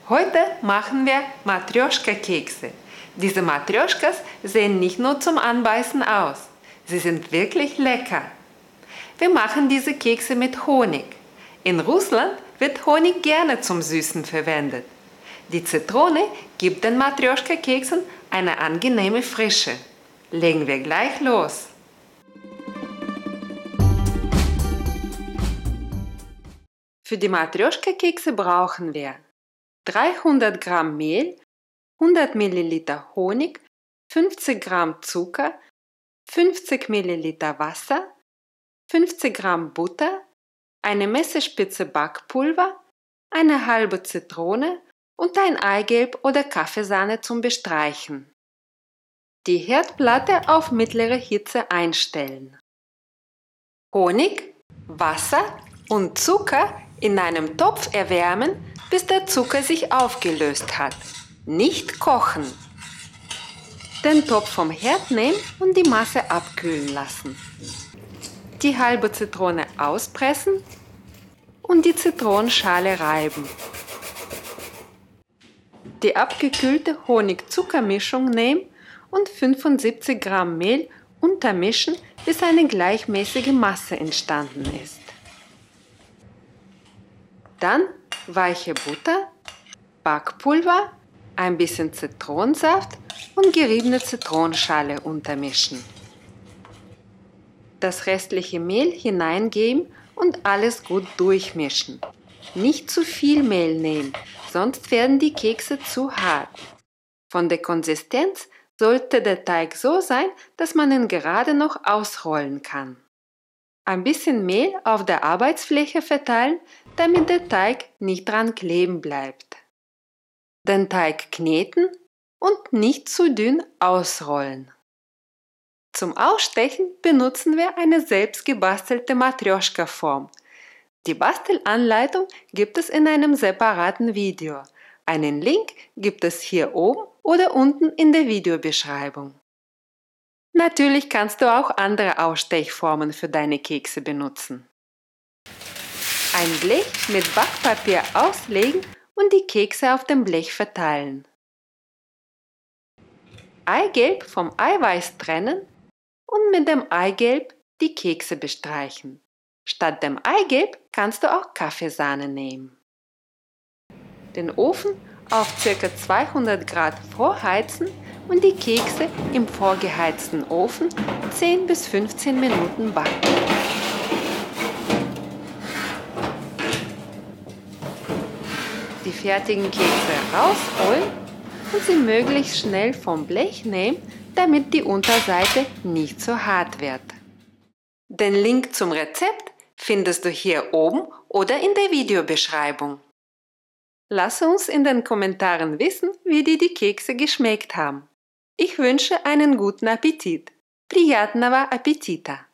Heute machen wir Matrjoschka-Kekse. Diese Matrjoschkas sehen nicht nur zum Anbeißen aus, sie sind wirklich lecker. Wir machen diese Kekse mit Honig. In Russland wird Honig gerne zum Süßen verwendet. Die Zitrone gibt den Matrjoschka-Keksen eine angenehme Frische. Legen wir gleich los. Für die Matrjoschka-Kekse brauchen wir 300 Gramm Mehl, 100 Milliliter Honig, 50 Gramm Zucker, 50 Milliliter Wasser, 50 Gramm Butter, eine Messerspitze Backpulver, eine halbe Zitrone und ein Eigelb oder Kaffeesahne zum Bestreichen. Die Herdplatte auf mittlere Hitze einstellen. Honig, Wasser und Zucker in einem Topf erwärmen, bis der Zucker sich aufgelöst hat. Nicht kochen. Den Topf vom Herd nehmen und die Masse abkühlen lassen. Die halbe Zitrone auspressen und die Zitronenschale reiben. Die abgekühlte Honig-Zucker-Mischung nehmen und 75 Gramm Mehl untermischen, bis eine gleichmäßige Masse entstanden ist. Dann weiche Butter, Backpulver, ein bisschen Zitronensaft und geriebene Zitronenschale untermischen. Das restliche Mehl hineingeben und alles gut durchmischen. Nicht zu viel Mehl nehmen, sonst werden die Kekse zu hart. Von der Konsistenz sollte der Teig so sein, dass man ihn gerade noch ausrollen kann. Ein bisschen Mehl auf der Arbeitsfläche verteilen, damit der Teig nicht dran kleben bleibt. Den Teig kneten und nicht zu dünn ausrollen. Zum Ausstechen benutzen wir eine selbst gebastelte Matrjoschka-Form. Die Bastelanleitung gibt es in einem separaten Video. Einen Link gibt es hier oben oder unten in der Videobeschreibung. Natürlich kannst du auch andere Ausstechformen für deine Kekse benutzen. Ein Blech mit Backpapier auslegen und die Kekse auf dem Blech verteilen. Eigelb vom Eiweiß trennen und mit dem Eigelb die Kekse bestreichen. Statt dem Eigelb kannst du auch Kaffeesahne nehmen. Den Ofen auf ca. 200 Grad vorheizen und die Kekse im vorgeheizten Ofen 10 bis 15 Minuten backen. Die fertigen Kekse rausholen und sie möglichst schnell vom Blech nehmen, damit die Unterseite nicht so hart wird. Den Link zum Rezept findest du hier oben oder in der Videobeschreibung. Lass uns in den Kommentaren wissen, wie dir die Kekse geschmeckt haben. Ich wünsche einen guten Appetit. Приятного аппетита!